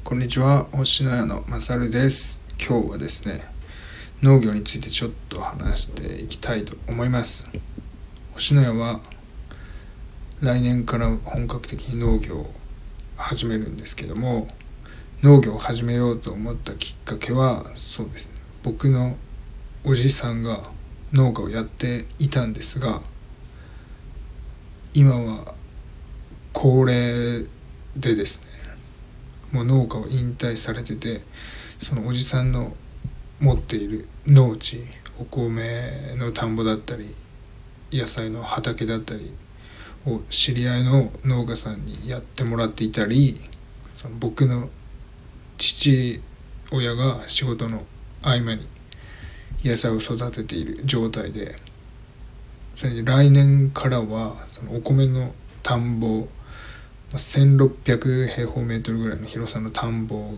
こんにちは、星野屋のまさるです。今日はですね、農業についてちょっと話していきたいと思います。星野屋は来年から本格的に農業を始めるんですけども、農業を始めようと思ったきっかけはそうですね、僕のおじさんが農家をやっていたんですが、今は高齢でですね、もう農家を引退されてて、そのおじさんの持っている農地、お米の田んぼだったり野菜の畑だったりを知り合いの農家さんにやってもらっていたり、その僕の父親が仕事の合間に野菜を育てている状態で、さらに来年からはそのお米の田んぼ、1600平方メートルぐらいの広さの田んぼ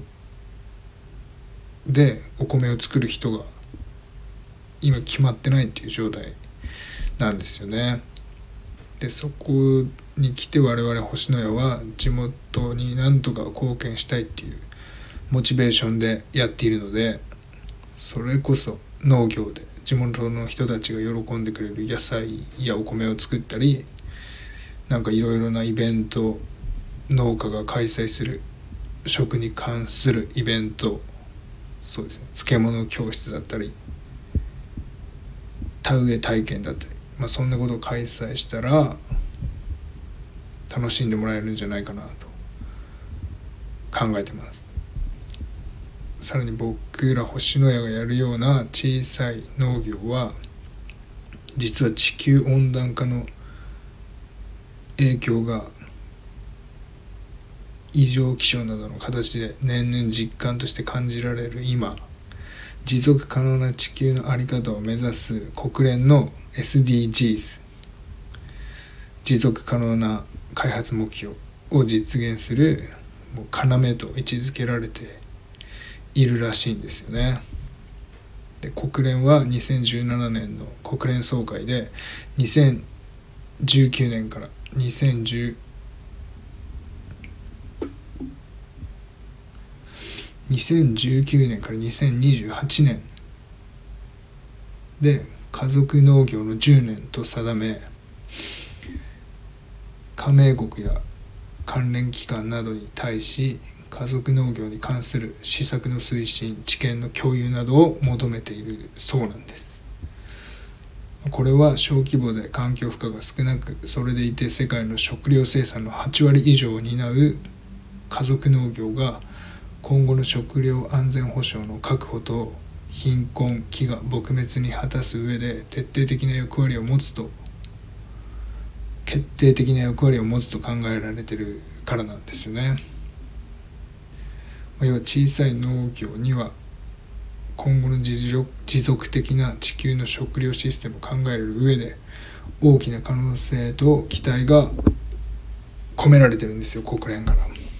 でお米を作る人が今決まってないっていう状態なんですよね。でそこに来て我々星野屋は地元に何とか貢献したいっていうモチベーションでやっているので、それこそ農業で地元の人たちが喜んでくれる野菜やお米を作ったり、なんかいろいろなイベント、農家が開催する食に関するイベント、そうですね、漬物教室だったり田植え体験だったり、そんなことを開催したら楽しんでもらえるんじゃないかなと考えてます。さらに僕ら星野屋がやるような小さい農業は実は地球温暖化の影響が異常気象などの形で年々実感として感じられる今、持続可能な地球の在り方を目指す国連の SDGs 持続可能な開発目標を実現する要と位置づけられているらしいんですよね。で国連は2017年の国連総会で2019年から2019年から2028年で家族農業の10年と定め、加盟国や関連機関などに対し家族農業に関する施策の推進、知見の共有などを求めているそうなんです。これは小規模で環境負荷が少なく、それでいて世界の食料生産の8割以上を担う家族農業が今後の食料安全保障の確保と貧困飢餓撲滅に果たす上で決定的な役割を持つと考えられているからなんですよね。要は小さい農業には今後の持続的な地球の食料システムを考える上で大きな可能性と期待が込められてるんですよ、国連から。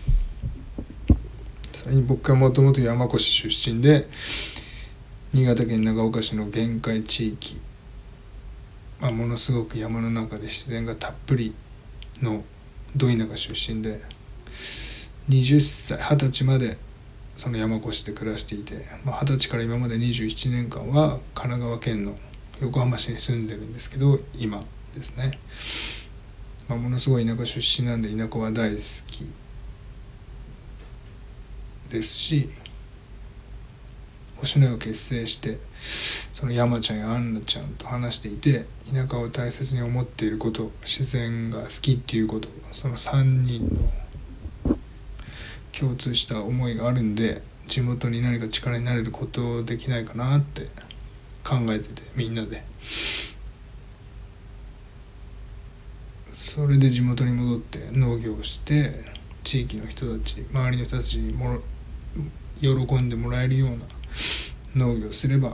それに僕はもともと山古志出身で、新潟県長岡市の限界地域、ものすごく山の中で自然がたっぷりのど田舎出身で、20歳までその山越しで暮らしていて、20歳から今まで27年間は神奈川県の横浜市に住んでるんですけど、今ですね、ものすごい田舎出身なんで田舎は大好きですし、星野屋を結成してその山ちゃんやアンナちゃんと話していて、田舎を大切に思っていること、自然が好きっていうこと、その3人の共通した思いがあるんで、地元に何か力になれることできないかなって考えてて、みんなでそれで地元に戻って農業をして地域の人たち、周りの人たちにも喜んでもらえるような農業をすれば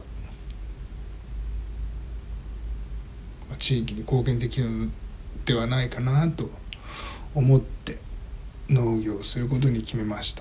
地域に貢献できるのではないかなと思って農業をすることに決めました。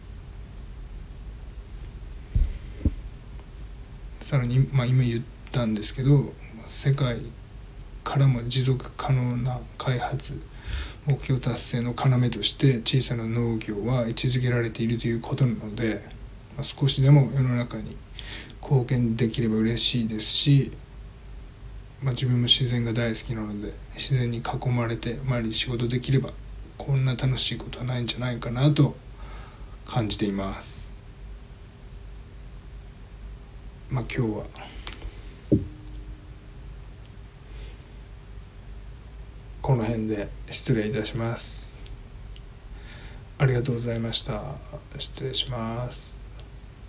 さらに、今言ったんですけど、世界からも持続可能な開発目標達成の要として小さな農業は位置づけられているということなので、少しでも世の中に貢献できれば嬉しいですし、自分も自然が大好きなので自然に囲まれて毎日仕事できればこんな楽しいことはないんじゃないかなと感じています。今日はこの辺で失礼いたします。ありがとうございました。失礼します。